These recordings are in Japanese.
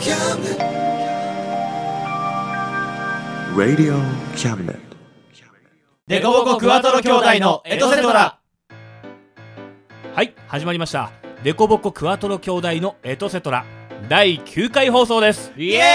Radio Cabinet。 デコボコクワトロ兄弟のエトセトラ。 はい、始まりました。デコボコクワトロ兄弟のエトセトラ第9回放送です。 イエーイ。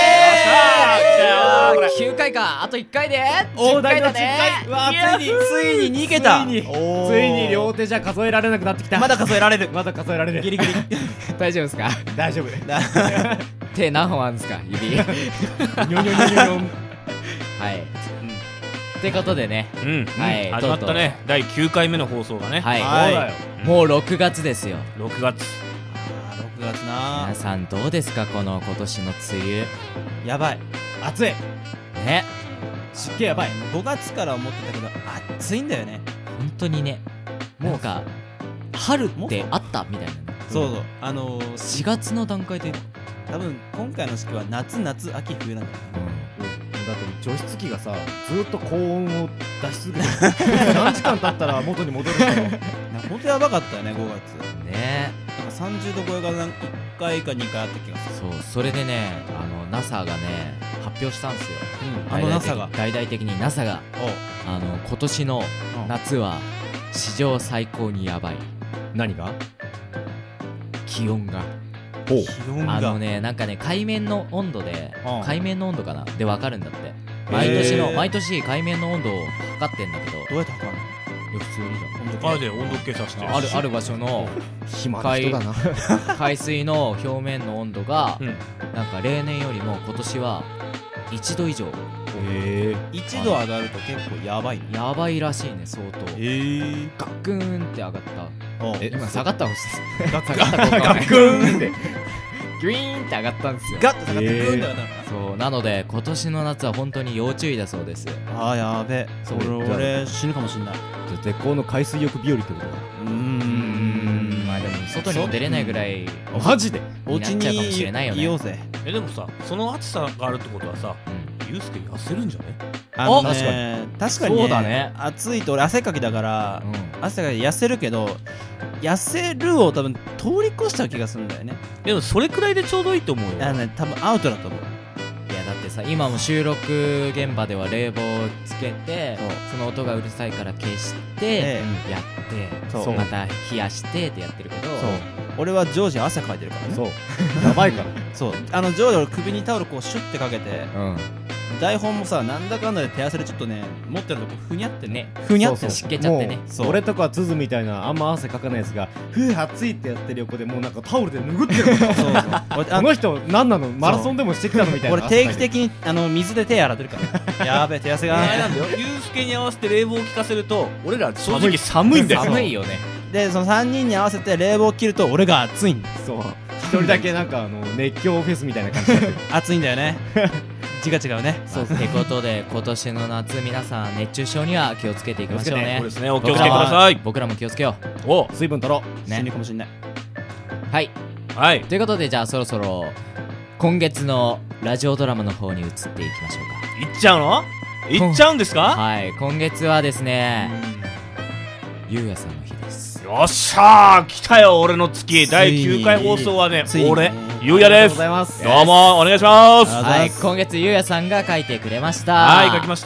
9回か、あと1回で大台の10 ね。 回。うわ、ついに2桁。 ついに両手じゃ数えられなくなってきた。 まだ数えられる。 まだ数えられる。 ギリギリ。 大丈夫ですか？ 大丈夫。 手何本あるんですか？指。 ニョニョニョニョニョ。 はい。ってことでね、はい、 始まったね。第9回目の放送がね。 はい、 そうだよ。 もう6月ですよ。 6月。 6月な。 皆さんどうですか、この今年の梅雨。 やばい。 暑い。 ね、 湿気やばい。 5月から思ってたけど暑いんだよね。 本当にね。なんか春ってあったみたいなね。 そうそう。 4月の段階で多分今回の式は夏秋冬なんだよ。 だって除湿機がさ、ずーっと高温を出し続けて何時間経ったら元に戻るんだろう。 ほんとやばかったよね、5月。 ね。 なんか30度超えが1回か2回あった気がする。 そう、それでね、NASA がね発表したんですよ。 NASA が大々的に NASA が今年の夏は史上最高にやばい。 何が？ 気温が。 気温がなんかね、海面の温度で、海面の温度かなで分かるんだって。 ー毎年海面の温度を測ってんだけど、 どうやって測るの？ いや普通にじあれで温度計さしてる。 ゃん。ある場所の暇な人だな。 海水の表面の温度が、 うんなんか例年よりも今年は1度以上 1度上がると結構やばいね。 やばいらしいね、相当。ガックーンって上がった。今下がったの？ ガッ下がったのかガックーンってギュイーンって上がったんですよ。 ガッと下がってグーンって上がったのかそうなので今年の夏は本当に要注意だそうです。 な。あーやべえ。 そう俺死ぬかもしんない。 絶好の海水浴日和ってことだ。 まあでも外にも出れないぐらいマジで？ お家になっちゃうかもしれないよね。 にいようぜ。 でもさ、その暑さがあるってことはさ、ゆうすけ痩せるんじゃね？ お確かにね。 そうだね。 暑いと俺汗っかきだからうん汗が痩せるけど、痩せるを多分通り越しちゃう気がするんだよね。 でもそれくらいでちょうどいいと思うよ。 多分アウトだと思う。 いやだってさ、今も収録現場では冷房つけて、その音がうるさいから消してやってそうまた冷やしてってやってるけど、 俺は常時汗かいてるからね。 そう。やばいから。 そう。常時俺首にタオルこうシュッてかけて、 うん台本もさ、なんだかんだで手汗でちょっとね、持ってるとこふにゃってね、 ふにゃって湿気ちゃってね。 そう俺とかズズみたいなあんま汗かかないやつが暑いってやってる横でもうなんかタオルで拭ってる。 そうそうこの人何なの、マラソンでもしてきたのみたいな。 俺定期的に水で手洗ってるからやべえ、手汗があれなんだよ。ゆうすけに合わせて冷房を効かせると、俺ら正直寒いんだよ。 寒いよね。 で、その3人に合わせて冷房を切ると俺が暑いんだよ。 そう。一人だけなんか熱狂フェスみたいな感じになってる。 暑いんだよね。字が違うね。 そうってことで今年の夏皆さん熱中症には気をつけていきましょうね。 そうですね、お気をつけください。 僕らも気をつけよお水分取ろうね。 死ぬかもしんない。 はいはい。 ということで、じゃあそろそろ今月のラジオドラマの方に移っていきましょう行っちゃうの？行っちゃうんですか。 か？ はい、今月はですね、ゆうやさんの日です。 よっしゃー、来たよ俺の月。第9回放送はね、俺ゆうやです。どうもお願いします。 はい、今月ゆうやさんが書いてくれました。 はい、書きました。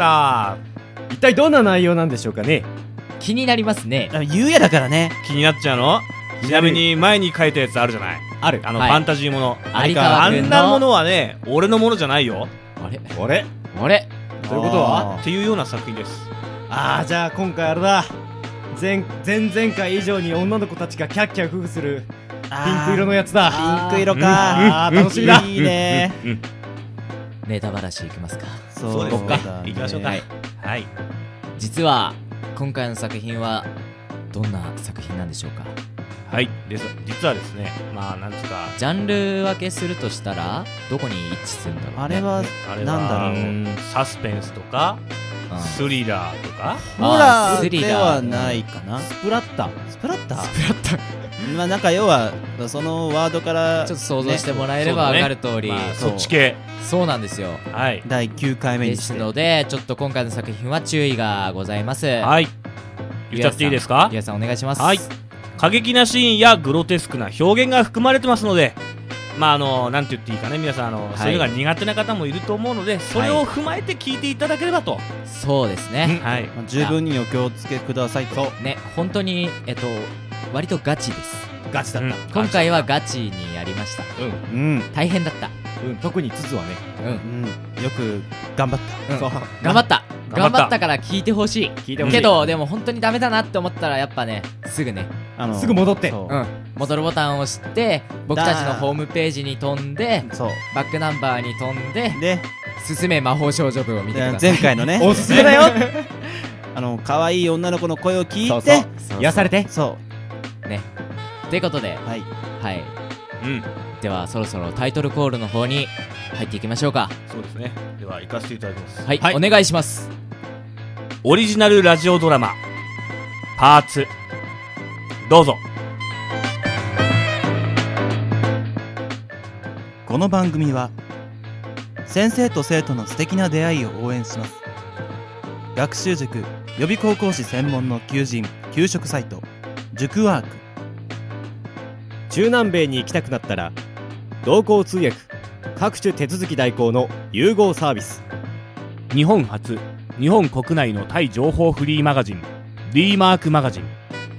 一体どんな内容なんでしょうかね。 気になりますね。 ゆうやだからね。 気になっちゃうの？ちなみに前に書いたやつあるじゃない。 ある。 ファンタジーもの。 有川あ君のんなものはね、俺のものじゃないよ。 あれあれあれということはっていうような作品です。 じゃあ今回あれだ。前々回以上に女の子たちがキャッキャ夫婦するピンク色のやつだ。 ピンク色か。 楽しみだ。 いいね。 ネタばらしいきますか。 そうですね。行きましょうか。はい。 実は今回の作品はどんな作品なんでしょうか。 はい。実はですね、まあなんつうかジャンル分けするとしたらどこに位置するんだろうね。 あれはなんだろう。 サスペンスとかスリラーとかホラーではないかな。 スプラッタ。 まあなんか要はそのワードからちょっと想像してもらえれば分かる通り、 そっち系。 そうなんですよ。 はい。 第9回目にですので、ちょっと今回の作品は注意がございます。 はい。言っちゃっていいですか？ ゆうやさんお願いします。 はい。過激なシーンやグロテスクな表現が含まれてますので、 なんて言っていいかね、皆さんそういうのが苦手な方もいると思うので、それを踏まえて聞いていただければと。 そうですね。 はい。 十分にお気をつけくださいと。 ね、本当に割とガチです。 ガチだった。 今回はガチにやりました。大変だった。 特にツツはね。 よく頑張った。 そう。頑張ったから聞いてほしい。けどでも本当にダメだなって思ったらやっぱね、すぐね、 すぐ戻って。 戻るボタンを押して僕たちのホームページに飛んで、バックナンバーに飛んで、進め魔法少女部を見てください。 前回のね、 おすすめだよ。 可愛い女の子の声を聞いて癒されて。 そうね。ってことで、はい。ではそろそろタイトルコールの方に入っていきましょうか。 そうですね。では行かせていただきます。 はい、お願いします。 オリジナルラジオドラマパーツ、どうぞ。 この番組は先生と生徒の素敵な出会いを応援します。学習塾予備高校師専門の求人・給食サイト塾ワーク。 中南米に行きたくなったら同行通訳各種手続き代行の融合サービス。 日本初、日本国内のタイ情報フリーマガジン D マークマガジン。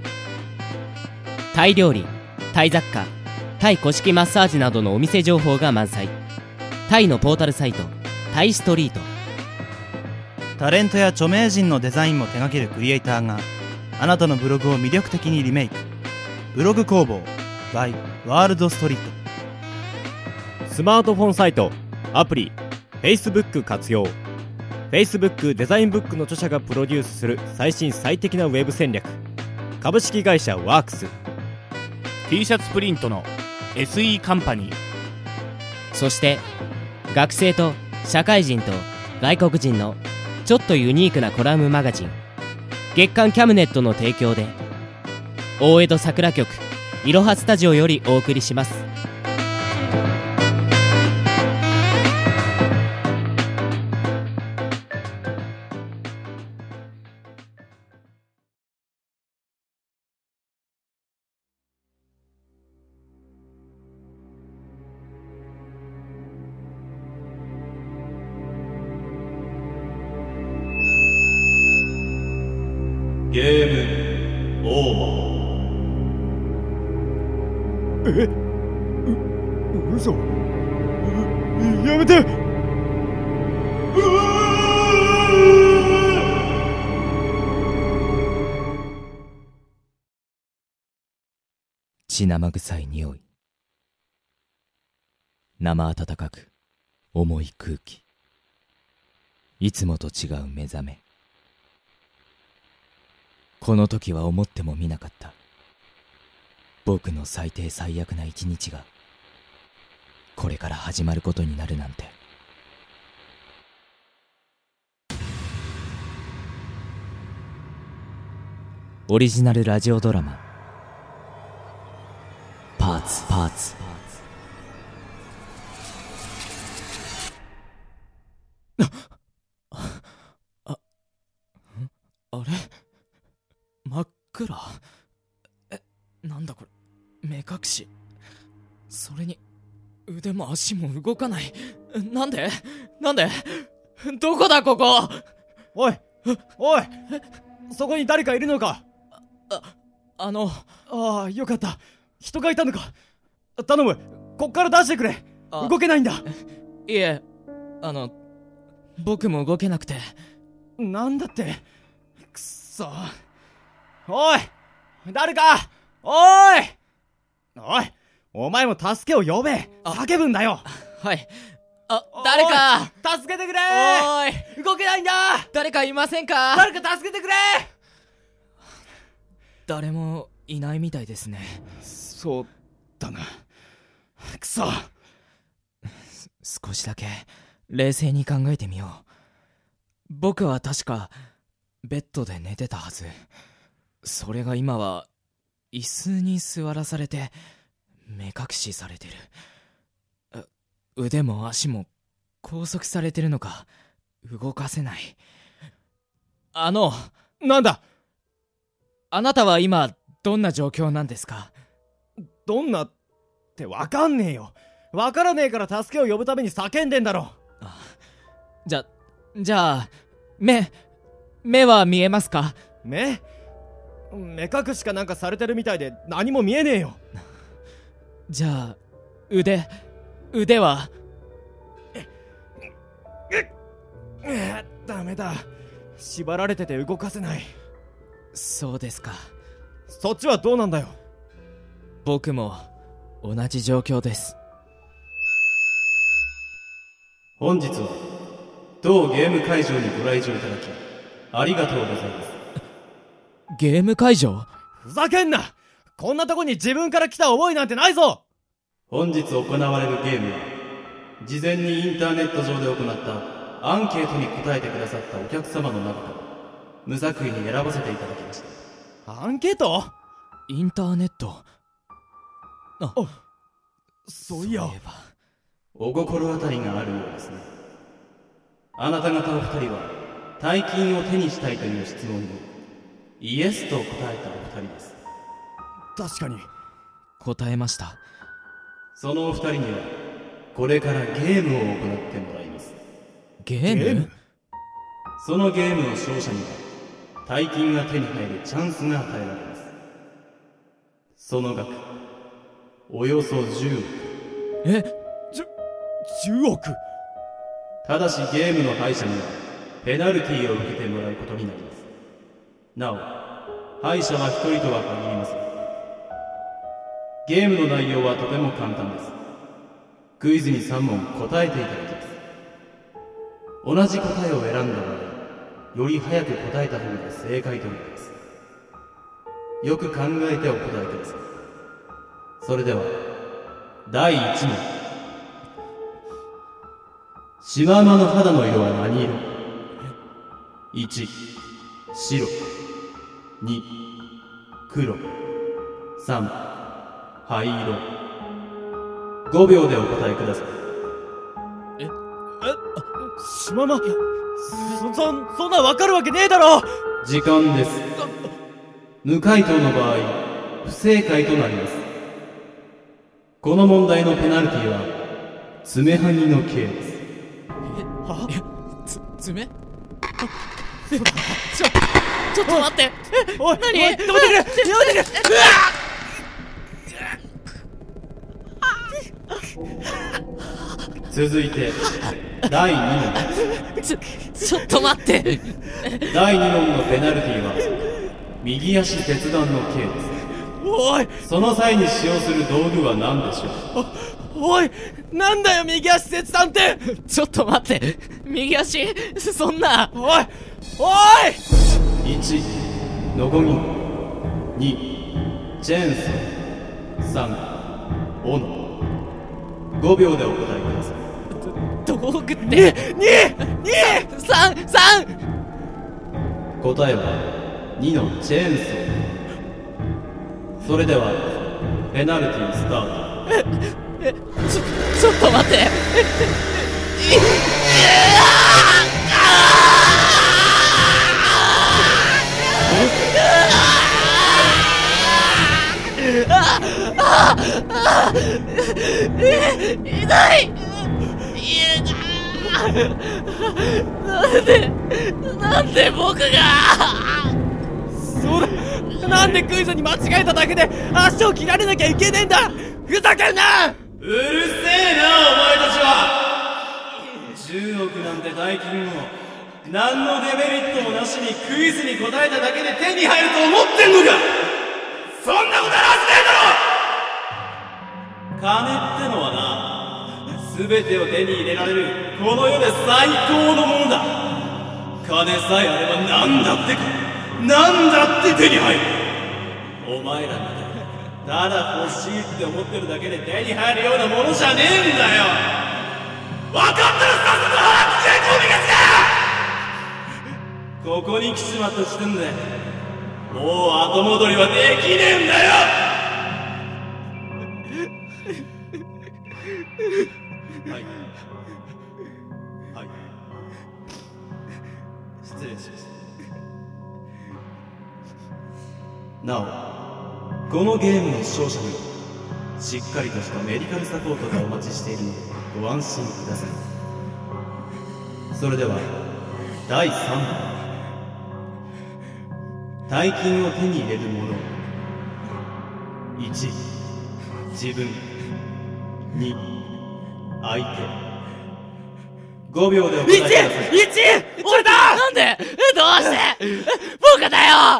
タイ料理、タイ雑貨、タイ古式マッサージなどのお店情報が満載。タイのポータルサイトタイストリート。 タレントや著名人のデザインも手掛けるクリエイターがあなたのブログを魅力的にリメイク。ブログ工房 by ワールドストリート。 スマートフォンサイト、アプリ、Facebook 活用。Facebook デザインブックの著者がプロデュースする最新最適なウェブ戦略。株式会社ワークス。 T シャツプリントの SE カンパニー。 そして学生と社会人と外国人のちょっとユニークなコラムマガジン月刊キャムネットの提供で大江戸桜局いろはスタジオよりお送りします。 ゲームオーバー。 嘘。やめて。 血生臭い匂い、生温かく重い空気、いつもと違う目覚め。この時は思ってもみなかった。僕の最低最悪な一日がこれから始まることになるなんて。オリジナルラジオドラマパーツ。あれ真っ暗。なんだこれ、目隠し。それに腕も足も動かない。なんでどこだここ。 おいそこに誰かいるのか。ああ、よかった。人がいたのか。頼む、こっから出してくれ。動けないんだ。 いえ、僕も動けなくて。 なんだって。くっそ。おい誰か。おいお前も助けを呼べ。叫ぶんだよ。 はい。誰か助けてくれ。 おい、 動けないんだ。 誰かいませんか。 誰か助けてくれ。 誰もいないみたいですね。 そうだな。くそ。 少しだけ冷静に考えてみよう。僕は確かベッドで寝てたはず。それが今は椅子に座らされて目隠しされてる。腕も足も拘束されてるのか動かせない。 なんだ。 あなたは今どんな状況なんですか。 どんなってわかんねえよ。 わからねえから助けを呼ぶために叫んでんだろ。 じゃあ目は見えますか？ 目隠しかなんかされてるみたいで何も見えねえよ。 じゃあ腕は？ ダメだ、縛られてて動かせない。 そうですか。 そっちはどうなんだよ。 僕も同じ状況です。 本日は当ゲーム会場にご来場いただきありがとうございます。 ゲーム会場？ ふざけんな。こんなとこに自分から来た覚えなんてないぞ。 本日行われるゲームは事前にインターネット上で行ったアンケートに答えてくださったお客様の中から無作為に選ばせていただきました。 アンケート？ インターネット。 そういや、 お心当たりがあるようですね。あなた方お二人は大金を手にしたいという質問にイエスと答えたお二人です。 確かに答えました。 そのお二人にはこれからゲームを行ってもらいます。 ゲーム？ そのゲームの勝者には大金が手に入るチャンスが与えられます。その額およそ10億。 10億？ ただしゲームの敗者にはペナルティーを受けてもらうことになります。なお敗者は1人とは限りません。ゲームの内容はとても簡単です。クイズに3問答えていただきます。同じ答えを選んだ場合より早く答えた方が正解となります。よく考えてお答えください。それでは第1問。シマウマの肌の色は何色？ 1 白、2黒、3灰色。5秒でお答えください。 シママ、そんなわかるわけねえだろ。 時間です。無回答の場合不正解となります。この問題のペナルティは爪はぎの刑です。 爪？ちょっと待って。 おい、 何？ やめてくれ、やめてくれ。 続いて第2問。 ちょっと待って。 第2問のペナルティは右足切断の刑です。 おいその際に使用する道具は何でしょう？ おい、なんだよ右足切断って。 ちょっと待って。右足、そんな。 おい 1ノコギン、2チェーンソー、3斧。5秒でお答えください。 道具って3 答えは2のチェーンソー。それではペナルティースタート。 ちょっと待って痛い。なんで僕が。 そうだ、なんでクイズに間違えただけで足を切られなきゃいけねえんだ。ふざけんな。 うるせえなお前たちは。10億なんて大金を何のデメリットもなしにクイズに答えただけで手に入ると思ってんのか。そんなことあるはずねえだろ。金ってのはな、全てを手に入れられるこの世で最高のものだ。金さえあれば何だって手に入る。お前らみたいにただ欲しいって思ってるだけで手に入るようなものじゃねえんだよ。分かったらさっさと払って込みがちだ。ここに来ちまった時点でもう後戻りはできねえんだよ。はい失礼しました。なおこのゲームの勝者にはしっかりとしたメディカルサポートがお待ちしているのでご安心ください。それでは第3問。大金を手に入れるもの。1、自分。2、相手。5秒でお答えください。 俺だ。なんで？どうして？僕だよ。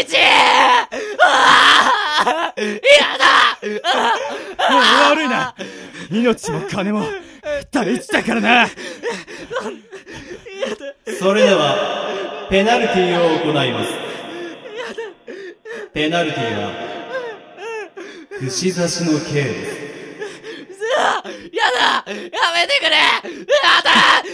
嫌だ。 もう悪いな。命も金も大事だからな。 それではペナルティーを行います。ペナルティーは串刺しの刑です。 やだ。やめてくれ。やだ。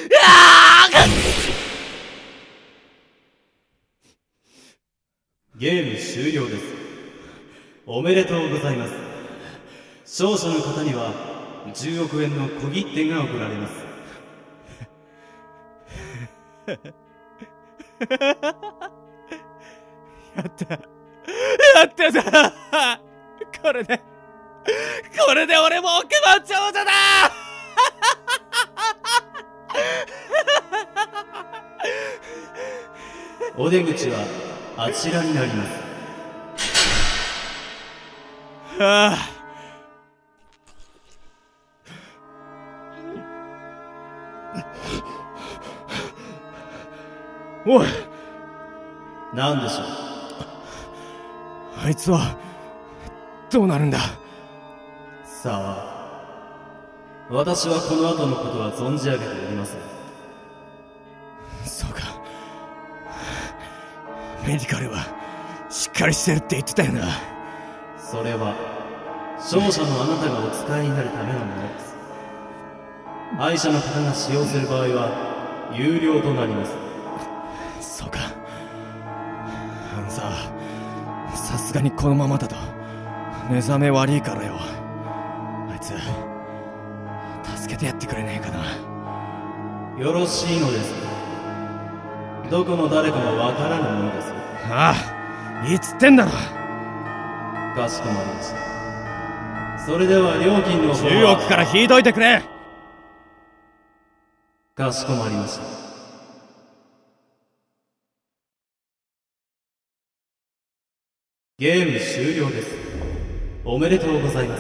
ゲーム終了です。おめでとうございます。勝者の方には10億円の小切手が贈られます。 やったぞ。これで俺も億万長者だ。 お出口はあちらになります。 はあ。おい、 何でしょう。 あいつはどうなるんだ。 さあ、私はこの後のことは存じ上げておりません。 そうか。メディカルはしっかりしてるって言ってたよな。 それは勝者のあなたがお使いになるためのものです。敗者の方が使用する場合は有料となります。 そうか。さすがにこのままだと目覚め悪いからよ。あいつ助けてやってくれねえかな。 よろしいのですか。どこの誰かもわからぬものですよ。 ああ、いいっつってんだろ。 かしこまりました。それでは料金の方は 10億から引いといてくれ。 かしこまりました。ゲーム終了です。おめでとうございます。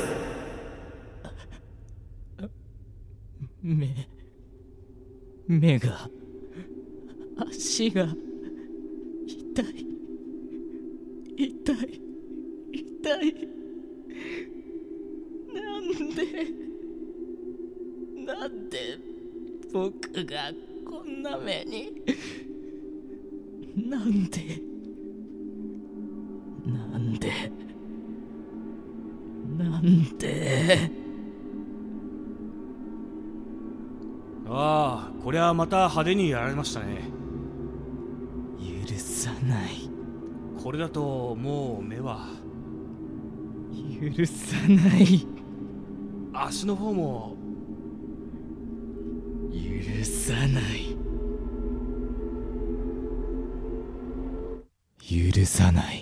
目が、足が痛い。なんで僕がこんな目に。なんでああ、こりゃまた派手にやられましたね。 許さない。 これだともう目は。 許さない。 足の方も。 許さない。許さない。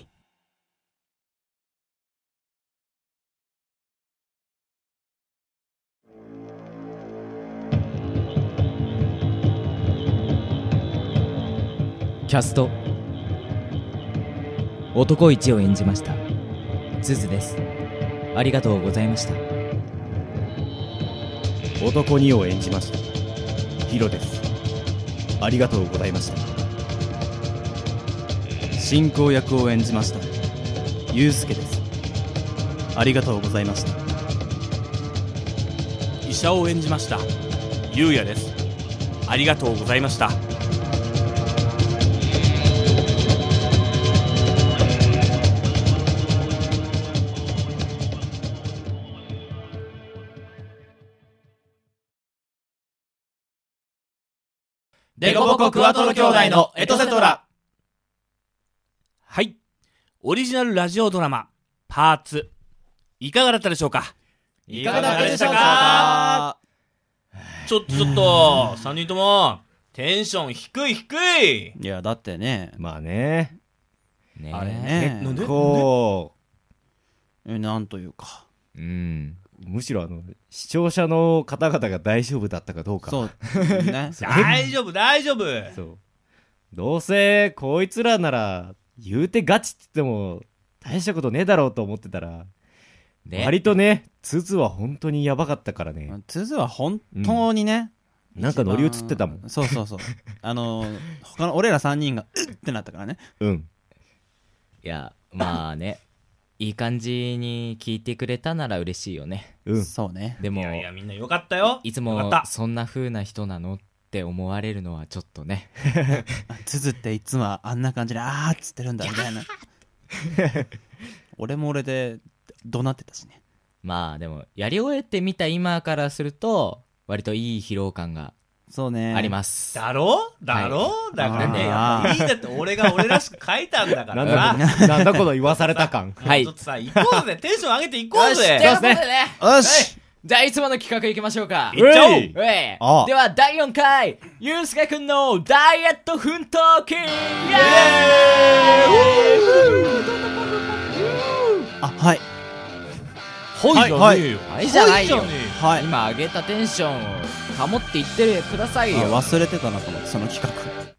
キャスト、男一を演じましたズズです。ありがとうございました。 男2を演じましたヒロです。ありがとうございました。 進行役を演じましたユウスケです。ありがとうございました。 医者を演じましたユウヤです。ありがとうございました。 デコボコクワトロ兄弟のエトセトラ。 はい、オリジナルラジオドラマパーツ、いかがだったでしょうか。 いかがだったでしたか。 ちょっと3人ともテンション低い。 いやだってね、 まあね。 あれね、 なんでこうなんというか、 むしろ視聴者の方々が大丈夫だったかどうか。 そうね大丈夫大丈夫。 そう。どうせこいつらなら言うてガチって言っても大したことねえだろうと思ってたら、割とね、ツズは本当にやばかったからね。 ツズは本当にね、 なんか乗り移ってたもん。 そう他の俺ら3人がうってなったからね。 いやまあねいい感じに聞いてくれたなら嬉しいよね。 そうね。 でもいやみんなよかったよ。 いつもそんな風な人なのって思われるのはちょっとね。 ツズっていつもあんな感じであーっつってるんだみたいな。俺も俺で怒鳴ってたしね。 まあでもやり終えてみた今からすると割といい疲労感がそうねあります。 だろだからね、やっぱいいんだって。俺が俺らしく書いたんだからなんだこの言わされた感。 はい。ちょっとさ、行こうぜ。テンション上げて行こうぜ。 ということでね。 よし。 じゃあいつもの企画行きましょうか。 行っちゃおう。 では第4回ゆうすけくんのダイエット奮闘記。イエーイ。 はい。 はいじゃねえよ。 はいじゃないよ。 はい。 今上げたテンションを保っていってくださいよ。 忘れてたなと思って、その企画。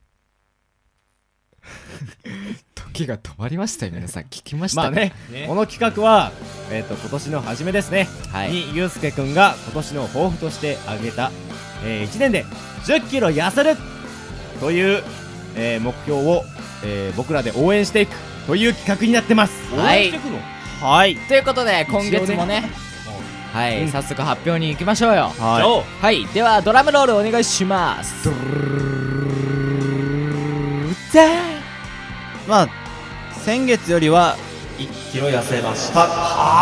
時が止まりましたよ皆さん。聞きましたまあね、この企画は今年の初めですね、にゆうすけくんが今年の抱負として挙げた、1年で10キロ痩せるという、目標を、僕らで応援していくという企画になってます。 はい。 はい。 ということで今月もね、はい、早速発表に行きましょうよ。 はい。 ではドラムロールお願いします。 まあ先月よりは1キロ痩せました。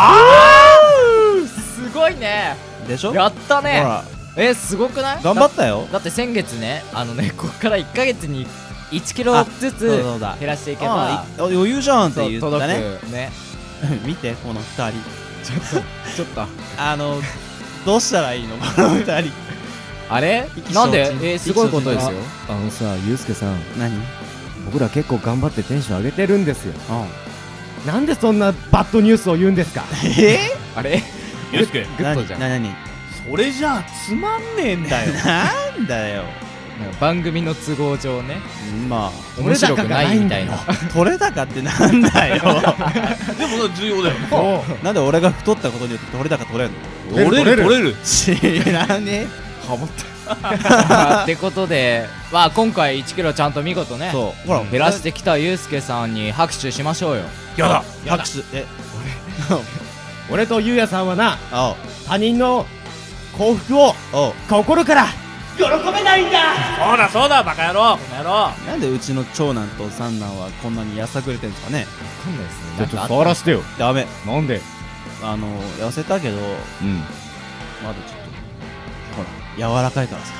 すごいね。 でしょ。 やったね。 ほらすごくない？ 頑張ったよ。 だって先月ね、こっから1ヶ月に1キロずつ減らしていけば余裕じゃんって言ったね。 ね。 見てこの2人。 ちょっとどうしたらいいのこの2人。 あれ？なんで？すごいことですよ。 さ、ゆうすけさん。 何？ 僕ら結構頑張ってテンション上げてるんですよ。なんでそんなバッドニュースを言うんですか？ あれ？ ゆうすけ、 グッドじゃん。 何？ それじゃあつまんねえんだよ。 なんだよ。 番組の都合上ね。 まあ面白くないみたいな。 取れ高ってなんだよ。 でも重要だよ。 なんで俺が太ったことによって取れ高取れんの？ 取れる。 知らねえ。 ハモった。 ってことで、まあ今回1キロちゃんと見事ね、 そうほら減らしてきたゆうすけさんに拍手しましょうよ。 やだ。 拍手。 俺とゆうやさんはな、他人の幸福を心から喜べないんだ。 そうだバカ野郎。この野郎。 なんでうちの長男と三男はこんなにやさぐれてんですかね。 わかんないですね。 ちょっと触らせてよ。 ダメ。 なんで？ 痩せたけど、まだちょっとほら柔らかいからさ。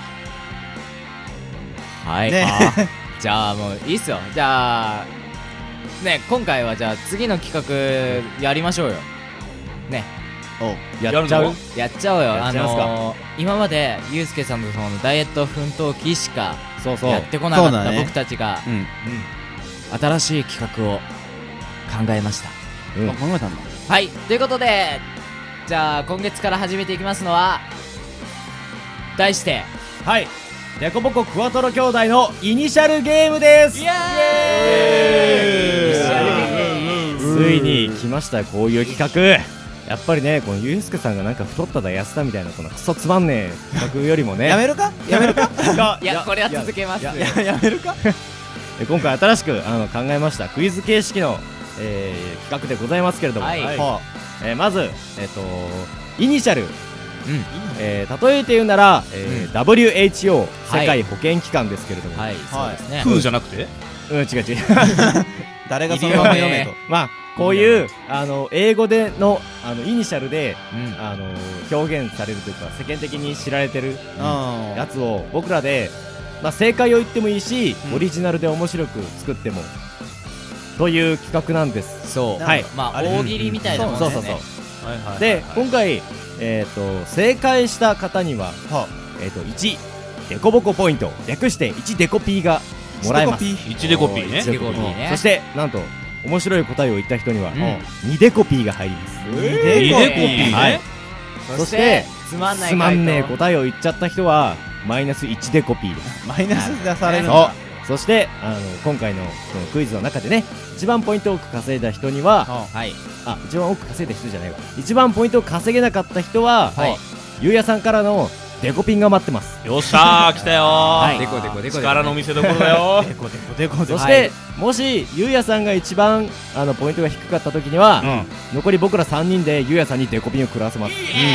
はい。 ね。 じゃあもういいっすよ。じゃあね、今回はじゃあ次の企画やりましょうよ。ね。 やっちゃう？ やっちゃおうよ。 やっちゃいますか。 今までゆうすけさんとそのダイエット奮闘記しかやってこなかった僕たちが新しい企画を考えました。 考えたんだ。 はい。ということで、じゃあ今月から始めていきますのは題して、 はい、デコボコクワトロ兄弟のイニシャルゲームです。イエーイ。ついに来ましたよ、こういう企画。やっぱりね、このゆうすけさんがなんか太っただ痩せたみたいなこのクソつまんねえ企画よりもねやめるかいやこれは続けます。 やめるか。 今回新しく考えましたクイズ形式の、企画でございますけれども、まずイニシャル、例えて言うなら、WHO 世界保健機関ですけれども、 そうですね。 フーじゃなくて？ 違う誰がそのまま読めと。 まあこういう英語でのイニシャルで表現されるというか世間的に知られてるやつを僕らで、まあ正解を言ってもいいしオリジナルで面白く作ってもという企画なんです。 そう、 はい、 まあ大喜利みたいなもんですね。 で今回正解した方には1デコボコポイント、略して1デコピーがもらえます。 1デコピーね。 そしてなんと面白い答えを言った人には2デコピーが入ります。 2デコピーね、 はい。そしてつまんないつまんねえ答えを言っちゃった人はマイナス1デコピーです。 マイナス出されるんそだ。 う。そして今回のこのクイズの中でね、一番ポイントを多く稼いだ人には、 はい、 一番多く稼いだ人じゃないわ、一番ポイントを稼げなかった人は、 はい、 ゆうやさんからのデコピンが待ってます。 よっしゃー来たよー、 はい、 デコデコデコ力の見せ所だよデコデコデコデコ。 そして、もしゆうやさんが一番ポイントが低かった時には、残り僕ら3人でゆうやさんにデコピンを食らわせます。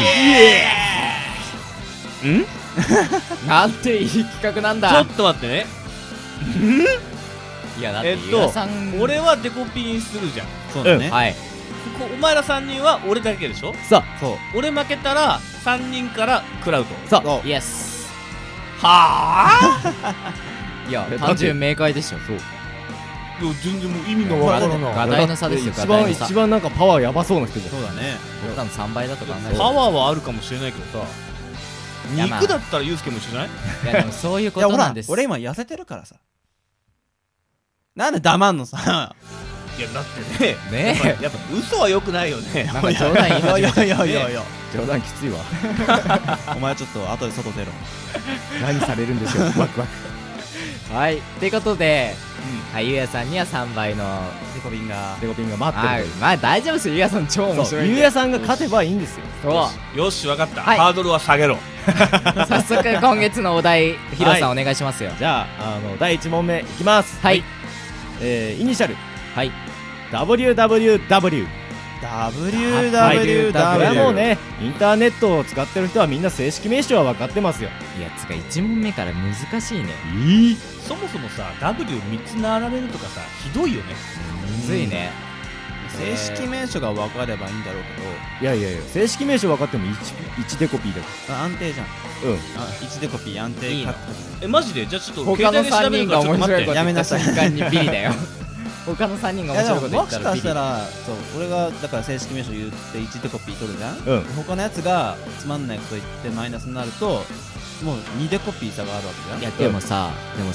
なんていい企画なんだ。 ちょっと待ってね。 いやだってゆうやさん、 俺はデコピンするじゃん。 そうだね。 はい。 お前ら3人は俺だけでしょ。 そう俺負けたら3人から食らうと。 そうイエス。 はあいや単純明快でしょ。そう。 全然もう意味がわからない。 ガタイの差ですよ。ガタイの差。 一番なんかパワーやばそうな人じゃん。 そうだね。 僕らの3倍だと考えて。 パワーはあるかもしれないけどさ、肉だったらユうスケも一緒じゃない？ いやでもそういうことなんです。 俺今痩せてるからさ。なんで黙んのさ。 いやだってね、やっぱ嘘は良くないよね。 なんか冗談言い始めちゃった。 いや冗談きついわ。 お前ちょっと後で外出ろ。 何されるんでしょう。ワクワク。 はい、ってことで、ゆうやさんには3倍のデコピンが待ってる。まあ大丈夫ですよ、ゆうやさん超面白い。 ゆうやさんが勝てばいいんですよ。 よし分かった、ハードルは下げろ。 早速今月のお題、ヒロさんお願いしますよ。 じゃあ第1問目いきます。 はい。 イニシャル、 はい、 WWW。 これはもうね、インターネットを使ってる人はみんな正式名称は分かってますよ。 いやつか1問目から難しいね。 そもそもさ W3 つ並べるとかさひどいよね。 むずいね。 正式名称が分かればいいんだろうけど、いや正式名称分かっても 1デコピーだよ。 安定じゃん。1デコピー安定。 いいの？ マジで？じゃあちょっと他の3人が面白いことやめなさい。 瞬間にビリだよ。他の3人が面白いこと言ったらビリ。 もしかしたらそう俺がだから正式名称言って1デコピー取るじゃん。他のやつがつまんないこと言ってマイナスになるともう2デコピー差があるわけじゃん。 いやでもさ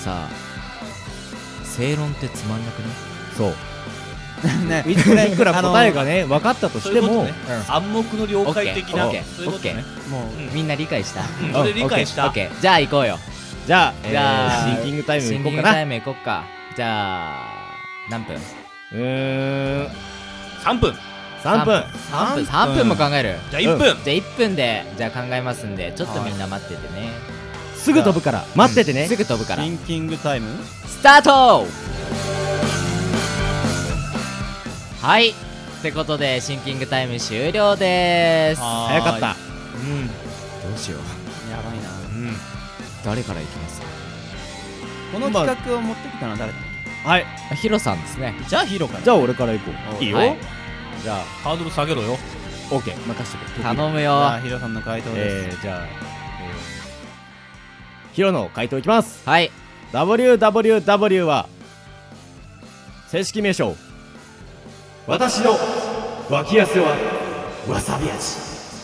正論ってつまんなくね？ そうね、いくら答えがね分かったとしても暗黙の了解的な。 オッケー。もうみんな理解した。 俺理解した。 オッケー。じゃあ行こうよ。 じゃあシンキングタイム行こうかな。 シンキングタイム行こっか。じゃあ何分 ？3分。 3分も考える。 じゃあ1分。 じゃあ1分でじゃあ考えますんで、ちょっとみんな待っててね。 すぐ飛ぶから待っててね。 すぐ飛ぶから。 シンキングタイムスタート。はい、ってことでシンキングタイム終了です。 早かった。 どうしよう。 やばいな。 誰からいきます？ この企画を持ってきたのは誰だ？ はい、 ヒロさんですね。 じゃあヒロから。 じゃあ俺からいこう。いいよ。じゃあハードル下げろよ。 オッケー、任せてくれ。 頼むよ。 じゃあヒロさんの回答です。 じゃあヒロの回答いきます。 はい。 WWW は正式名称、私の脇汗はわさび味。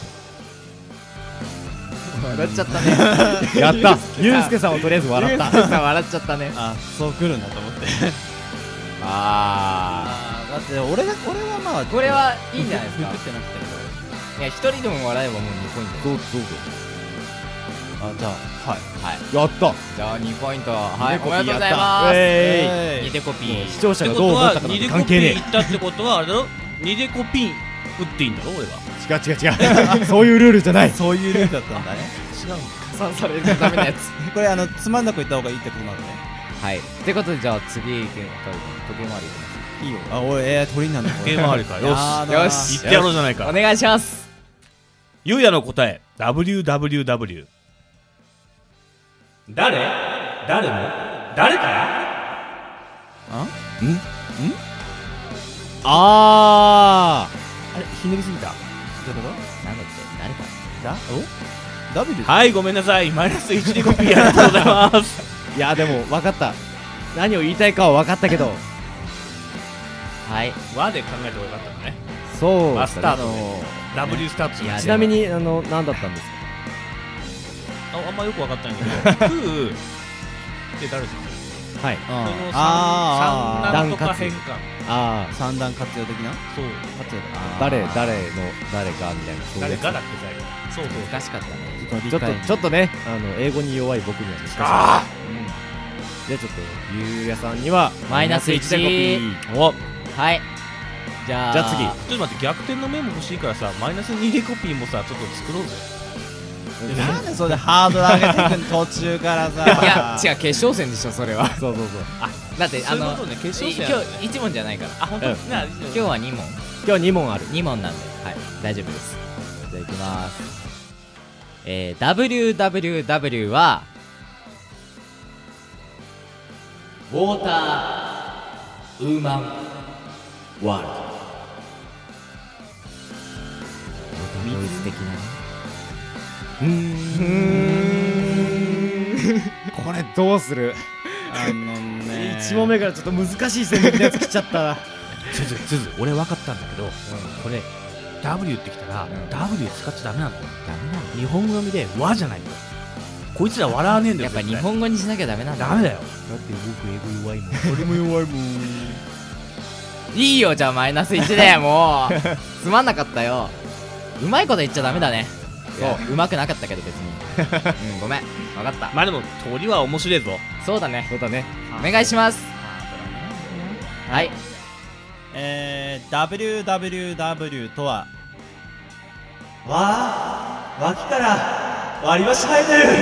笑っちゃったね。 やった。ゆうすけさんをとりあえず笑った。 ゆうすけさん笑っちゃったね。 あ、そう来るんだと思って。だって俺はまあこれはいいんじゃないですか。 食ってなくて。 いや一人でも笑えばもう2ポイント。 どうぞ。 じゃあはいやった。 じゃあ2ポイント。はい、おめでとうございます。2デコピー。 視聴者がどう思ったかなんて関係ねえ。 2デコピーいったってことはあれだろ、2デコピン打っていいんだろ俺が。 違うそういうルールじゃない。 そういうルールだったんだね。 違うの。 加算されるとダメなやつ。 これつまんなく言った方がいいってことなのね。 はい。ってことでじゃあ次時計回りいきます。 いいよ。あ、おい鳥なんだ。 時計回りか。よし言ってやろうじゃないか。 お願いします。 ゆうやの答え WWW。 誰からあれひねりすぎた。 どういうこと？ なんだって誰か W？ はい、ごめんなさい。マイナス1デコピーありがとうございます。 いやでも分かった。何を言いたいかは分かったけど。 はい。 和で考えてもよかったのね。 そうスタートで W スタート。 ちなみに何だったんですか？ あんまよく分かったんだけど。クーって誰ですか？ はい。 そのあー三段とか変換。 ああ、 三段活用的なそう。 活用だ誰の誰かみたいな。そういうやつ誰がだって最後。そう難しかったね。 ちょっとね、英語に弱い僕には難しい。 あじゃあちょっとゆうやさんにはマイナス1 でコピー。 お、 はい。じゃあじゃあ次ちょっと待って、逆転の面も欲しいからさ、マイナス2でコピーもさ、ちょっと作ろうぜ。 なんでそれでハードル上げていくの途中からさ。 いや違う、決勝戦でしょそれは。 そうだってそういうことね、決勝戦。 今日1問じゃないから。 あ、本当。 うんな、 今日は2問。 今日2問ある。 2問なんで、はい、大丈夫です。じゃあいきます。www はウォーターウーマンワールド。ウォーターボーイズ的なね。 これどうするね 1問目からちょっと難しい線引きのやつ来ちゃったつづ、俺分かったんだけど、これ W ってきたら W 使っちゃダメなんだよ。 ダメなの。 日本語読みで和じゃないと。こいつら笑わねえんだよ。 やっぱ日本語にしなきゃダメなんだ。 ダメだよ。 だって僕英語弱いもん。俺も弱いもん。 いいよ、じゃあマイナス1でもうつまんなかったよ。うまいこと言っちゃダメだね。そううまくなかったけど別にごめん、分かった。 まあでも鳥は面白いぞ。 そうだね、 そうだね。 お願いします。はい。 www とは脇から割り箸生えてる。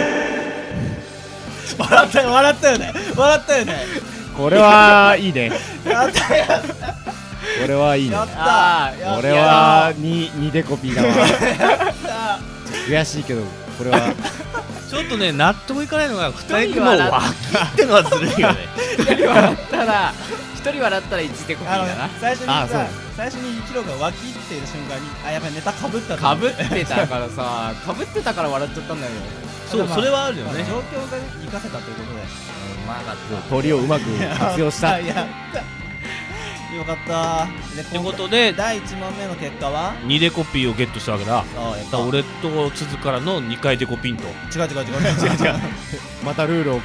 笑ったよねこれはいいね。これはいいね。俺は2でコピーだわ。悔しいけどこれはちょっとね、納得いかないのが2人とも脇ってのはずるいよね。 1人笑ったら1でコピーだな。 最初にあそうさ、最初に一郎が脇って言った瞬間に、あ、やばい、ネタかぶったとか思ってぶってたからさ、かぶってたから笑っちゃったんだよ。 そう、それはあるよね。 状況が生かせたということで。 うまかった。 鳥をうまく活用した。 やったよかったで、 ってことで第1問目の結果は 2でコピーをゲットしたわけだ。 ああ、やった。 俺と鈴からの2回でコピンと。 違うまたルールを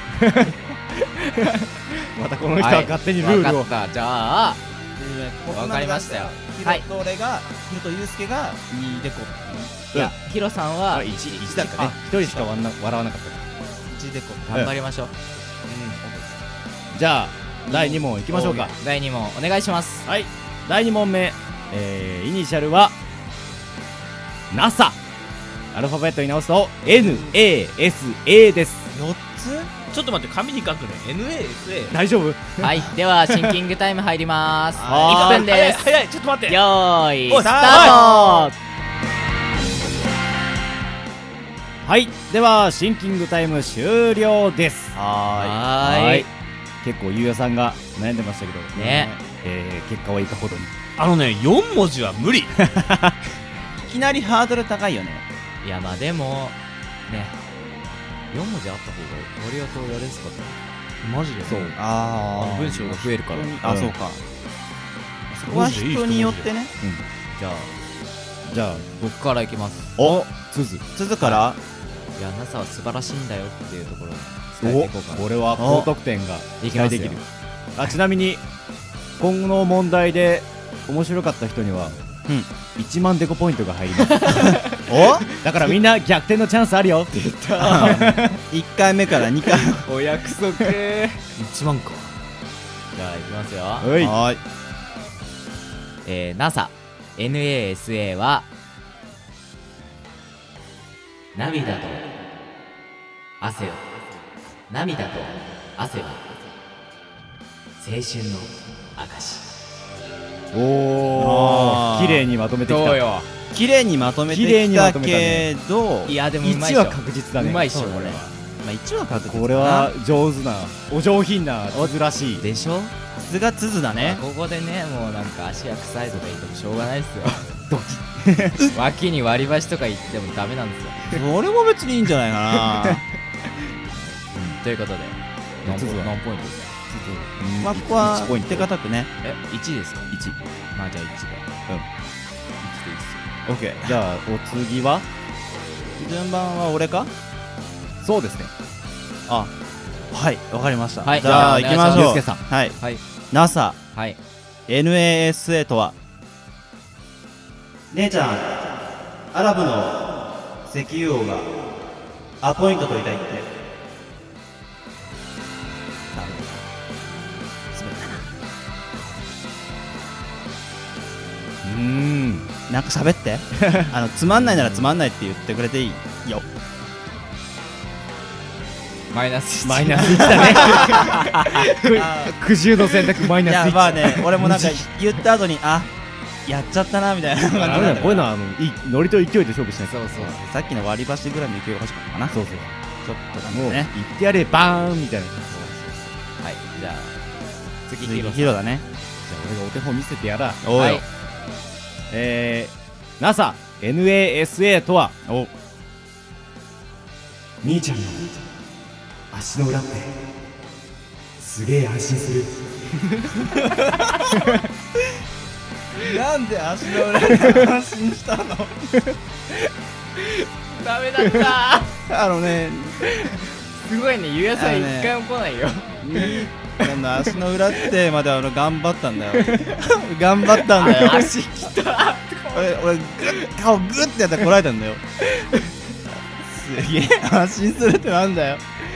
またこの人は勝手にルールを。 分かった。じゃあ分かりましたよ。 ヒロと俺が、ヒロとユウスケが2でコピいや、ヒロさんは 1だったね。1人しか笑わなかったー、1でコピー。 頑張りましょう。 じゃあ第2問いきましょうか。 第2問お願いします。 はい、第2問目、イニシャルは NASA。 アルファベットに直すと NASA です。 4つちょっと待って、紙に書くね。NASA。 大丈夫？ はい、ではシンキングタイム入ります。 は 1分です。 早い、ちょっと待って。 よーいおいスタート。 はい、ではシンキングタイム終了です。 はーい。 結構ゆうやさんが悩んでましたけどね、 結果はいかほどに。 4文字は無理。 いきなりハードル高いよね。 いやまあでもね、4文字あった方が割とやれやすかった。 マジで。 そう。 あ文章が増えるから。 あ、そうか。そこは人によってね。 じゃあ僕からいきます。 おつづ続からいや NASA は素晴らしいんだよっていうところを伝えていこうかな。 これは高得点がいきますよ期待できる。ちなみに今後の問題で面白かった人には1万デコポイントが入ります。 おだからみんな逆転のチャンスあるよ。 1回目から2回お約束 1万か。 じゃあいきますよ。 はい。 はい NASA は涙と汗を、涙と汗は青春の証。 おー、綺麗にまとめてきた。 どうよ。 綺麗にまとめてきたけど、 いやでもうまい 1 っしょ。 は確実だね。 うまいっしょそうだねこれ。 まあ1は確実だな。 これは上手なお上品な珍しい。 でしょ。 さすがつづだね。 ここでね、もうなんか足が臭いとか言ってもしょうがないっすよ。脇に割り箸とか言ってもダメなんですよ。 それも別にいいんじゃないかな。 ということで何ポイントですか。 まあここは 1ポイント手堅くね。 1ですか。 1。 まあじゃあ1で。 オッケー。 じゃあお次は順番は俺か。 そうですね。 あ、 はい、わかりました。 はい、 じゃあ行きましょう。 ゆうすけさん。 はい、 はい、 NASA、 はい、 NASA とは。 姉ちゃん、アラブの石油王がアポイント取りたいって。 なんか喋ってつまんないならつまんないって言ってくれていいよ。 マイナス1。 マイナス1だね。苦渋の選択マイナス1。 いやまあね、俺もなんか言った後にやっちゃったなみたいな感じなんだけど、 こういうのはノリと勢いで勝負しないと。 そうそう、 さっきの割り箸ぐらいの勢いが欲しかったかな。 そうそう、 ちょっとだもうね。 言ってやれバーンみたいな。 はい、じゃあ次次ヒロヒロだね。 じゃあ俺がお手本見せてやら。 おうよ、 はい、 NASA NASA とは。 兄ちゃんの足の裏ってすげえ安心する。 なんで足の裏で安心したの？ ダメだったね、 すごいね、ゆうやさん一回も来ないよ。 足の裏ってまで頑張ったんだよ。頑張ったんだよ。 足きた。 俺顔グッてやったらこらえたんだよ。すげえ安心するってなんだよ。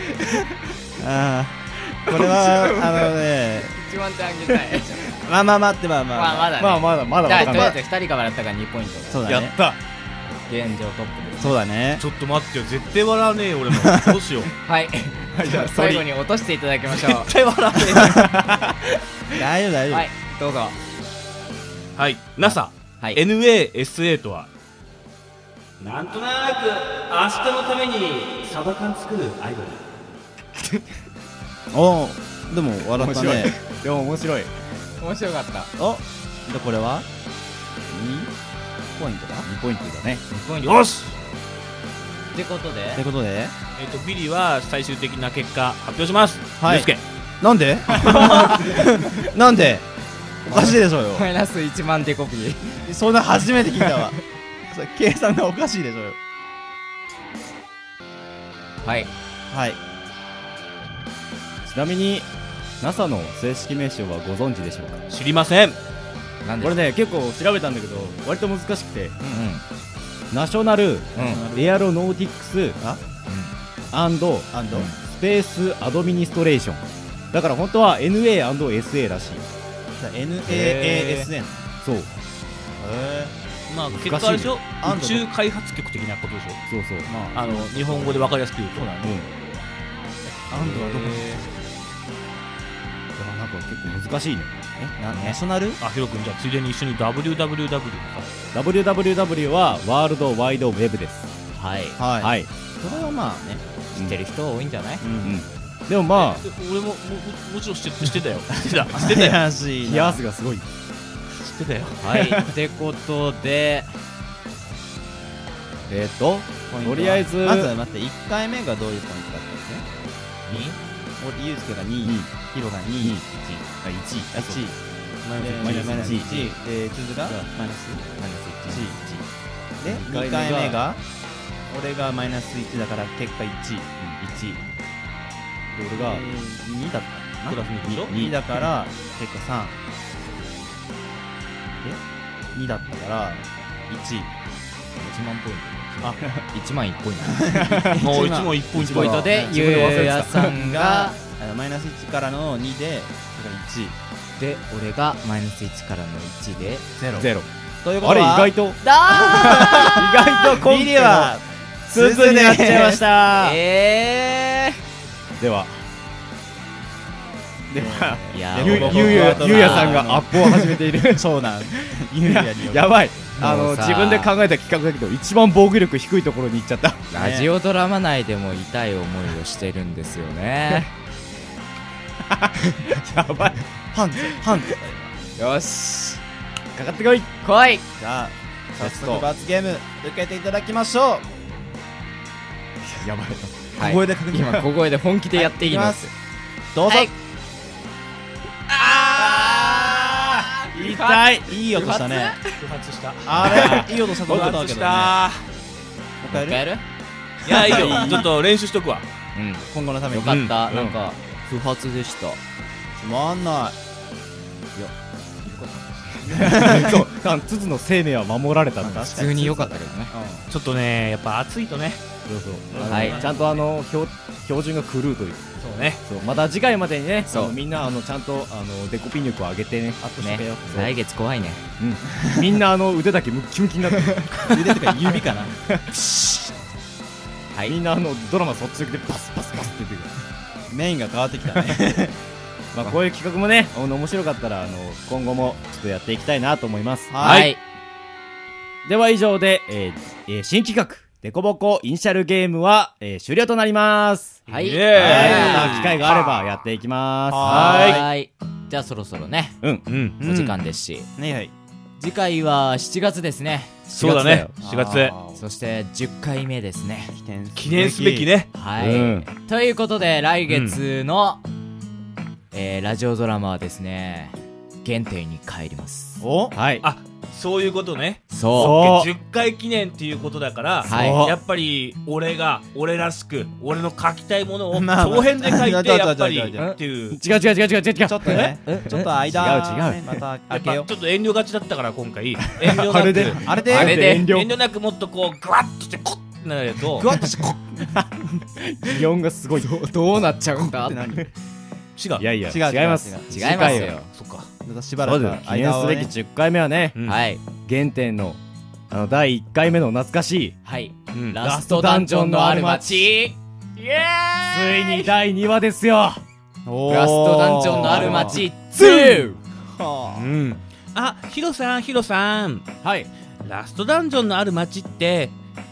これは 1万点あげたい。 まあ待って、まだね。 まだじゃあとりあえず2人が笑ったから2ポイントだ。 そうだね。 やった。 現状トップです。 そうだね。 ちょっと待ってよ、絶対笑わねえよ俺も。どうしよう。 はいじゃあ最後に落としていただきましょう。 絶対笑わね大丈夫大丈夫。 はい、どうぞ。 え。はい、NASA、 はい、 NASA とは。なんとなく明日のためにサバ缶作るアイドル。 おでも笑ったね。 でも面白い。 面白かった。 でこれは2ポイントだ。 2ポイントだね。 2ポイント。 よし。 ってことでってことで、 ビリは最終的な結果発表します。 はいゆうすけ。 なんでなんでおかしいでしょうよ。 マイナス1万デコピー。 そんな初めて聞いたわ。それ計算がおかしいでしょうよ。 はいはい。 ちなみに NASA の正式名称はご存知でしょうか。 知りません。 なんでこれね結構調べたんだけど割と難しくて、 うナショナルんうんエアロノーティックスアンドスペースアドミニストレーションだから本当は NA&SA らしい。 NAASN。 そうまあ難しいね結果あれでしょ、 アンド宇宙開発局的なことでしょ。 そうそう、 まあ日本語で分かりやすく言うと。 うん、 アンドはどこ？ だからなんか結構難しいね。 ナショナル？ あ、ヒロ君じゃあついでに一緒に WWW のさ。 WWW はワールドワイドウェブです。 はいはい。 はい、 それはまあね。 知ってる人多いんじゃない？ でもまあ俺もちろん知ってたよ。知ってたよ。 怪しいな。 冷や汗がすごい。 知ってたよ。 はいってことでとりあえずまず待って、1回目がどういうポイントだったっけ？俺ユースケが2、ヒロが2、1、 マイナスマイナス1で、チューズがマイナス1で、2回目が俺がマイナス1だから結果1、 で俺が 2だったプラス2でしょ。 2だから結果3で2だったから1 1万ポイント。 あ 1万1ポイント。 もう1問1ポイント。 ポイントでゆうやさんがマイナス1からの2で1 で俺がマイナス1からの1でゼロ。 ということあれ意は外とだ意外とビリはスズになっちゃいましたではいやゆうやさんがアップを始めている。 そうなんゆうやによるやばい。 もうさ自分で考えた企画だけど一番防御力低いところに行っちゃった。 ラジオドラマ内でも痛い思いをしてるんですよね。 やばい。 ハンズよしかかってこい。 来い。 じゃあ早速罰ゲーム受けていただきましょう。 やばい。 小声で確認今小声で本気でやっていいのはいす。 どうぞ。 はい痛い。 いい音したね。 不発した。 あれいい音したと不思ったけどね。 発した。 もう一回やる？ やる？ いやいいよ。ちょっと練習しとくわ。 今後のために。 よかった、なんか不発でした。 つまんない。 そうつつの生命は守られたんだ。 普通に良かったけどね。 ちょっとねやっぱ暑いとね、 はい、ちゃんと標準が狂うという。 そうね、 そうまた次回までにね、みんなちゃんとデコピン力を上げてね、アップしてよ。 来月怖いね。 みんな腕だけムッキムキになってる。 腕とか指かな。 みんなドラマそっちでパスパスパスって出てくる。 メインが変わってきたね。 まあこういう企画もね、面白かったら今後もちょっとやっていきたいなと思います。 はい。 では以上で新企画デコボコイニシャルゲームは終了となります。 はい。 また機会があればやっていきます。 はい。じゃあそろそろね、 お時間ですし、 はい。 次回は7月ですね。 そうだね、4月。 そして10回目ですね。 記念すべきね。 はい。ということで来月のラジオドラマはですね、原点に帰ります。 はい。 あ、そういうことね。 そう。 10回記念っていうことだから、やっぱり俺らしく俺の書きたいものを長編で書いてやっぱりっていう。 違う。 ちょっとね、ちょっと間違うまた開けよう。 ちょっと遠慮がちだったから今回遠慮なくあれで遠慮なくもっとこうグワッとしてコッなるとグワッとしてコッ。擬音がすごい。 どうなっちゃうんだ。 違う。 いやいや違います。 違いますよ。 そっか。 しばらく記念すべき10回目はね、 はい原点の第1回目の懐かしい、 はい、ラストダンジョンのある街。イエーイ。 ついに第2話ですよ。 ラストダンジョンのある街2。 あ、ヒロさん。 はい。 ラストダンジョンのある街って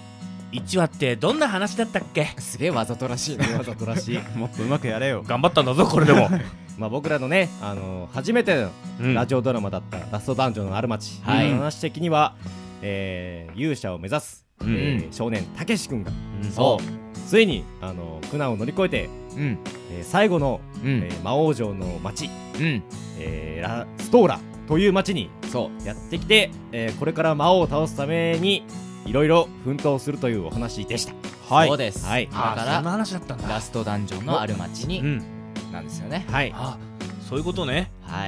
1話ってどんな話だったっけ？ すげえわざとらしいね。 わざとらしい。 もっとうまくやれよ。 頑張ったんだぞこれでも。 まあ僕らのね、初めてのラジオドラマだったラストダンジョンのある街。話的には、勇者を目指す少年たけし君が、ついに苦難を乗り越えて、最後の魔王城の町、ストーラという町にやってきて、これから魔王を倒すためにいろいろ奮闘するというお話でした。 そうです。だからそんな話だったんだ。 ラストダンジョンのある町になんですよね。 はい。 そういうことね。 はい。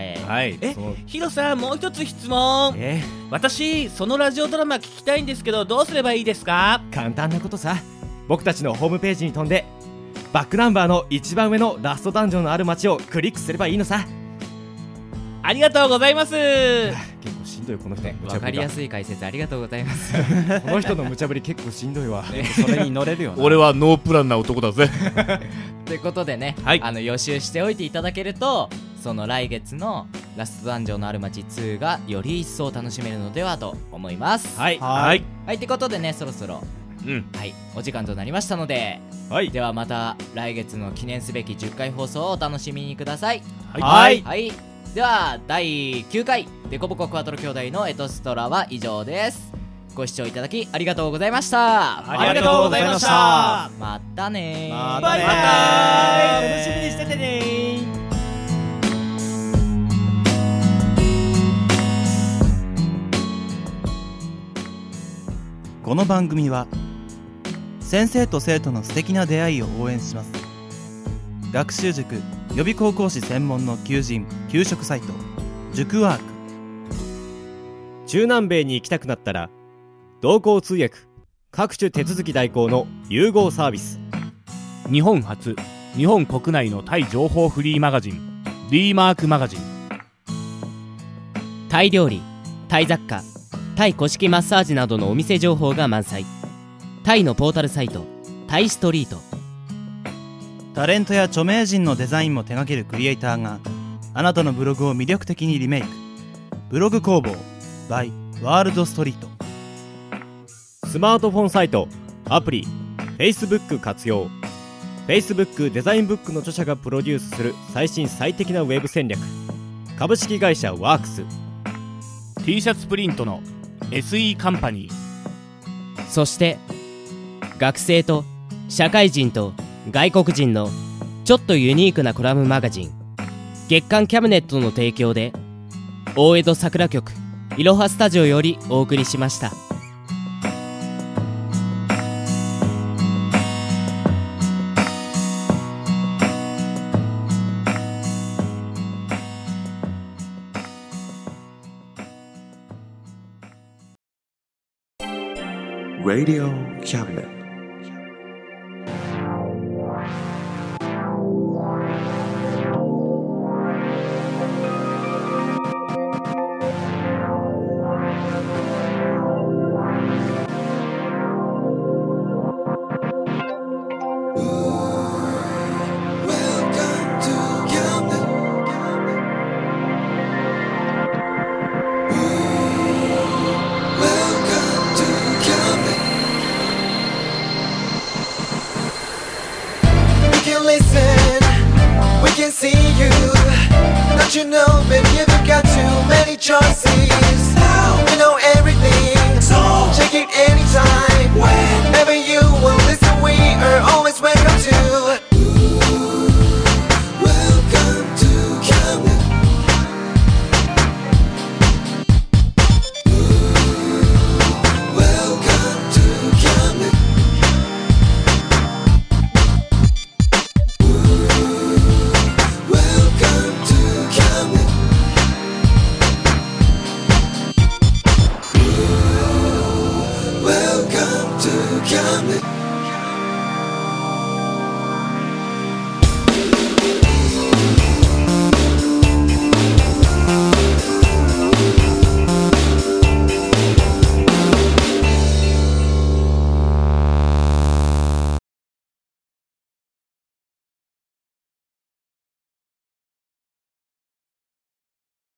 ヒロさん、もう一つ質問。私そのラジオドラマ聞きたいんですけどどうすればいいですか？ 簡単なことさ。僕たちのホームページに飛んでバックナンバーの一番上のラストダンジョンのある街をクリックすればいいのさ。 ありがとうございます。 結構しんどいこの人。 わかりやすい解説ありがとうございます。 この人の無茶ぶり結構しんどいわ。 それに乗れるよな。 俺はノープランな男だぜ。 ということでね、予習しておいていただけると、その来月のラストダンジョンのある街2がより一層楽しめるのではと思います。 はい。 ってことでね、そろそろお時間となりましたので、ではまた来月の記念すべき10回放送をお楽しみにください。はい。では第9回デコボコクワトロ兄弟のエトストラは以上です。ご視聴いただきありがとうございました。 ありがとうございました。 またね。 バイバイ。楽しみにしててね。 この番組は先生と生徒の素敵な出会いを応援します。学習塾予備高校師専門の求人・給食サイト塾ワーク。 中南米に行きたくなったら同行通訳各種手続き代行の融合サービス。 日本初日本国内のタイ情報フリーマガジン D マークマガジン。 タイ料理、タイ雑貨、タイ古式マッサージなどのお店情報が満載。タイのポータルサイトタイストリート。 タレントや著名人のデザインも手掛けるクリエイターがあなたのブログを魅力的にリメイク。ブログ工房 by ワールドストリート。 スマートフォンサイト、アプリ、Facebook 活用。Facebook デザインブックの著者がプロデュースする最新最適なウェブ戦略。株式会社ワークス。 T シャツプリントの SE カンパニー。 そして学生と社会人と外国人のちょっとユニークなコラムマガジン月刊キャムネットの提供で大江戸桜局いろはスタジオよりお送りしました。 Radio Cabinet. You know, baby, you've got too many choices. You know everything, so check it anytime.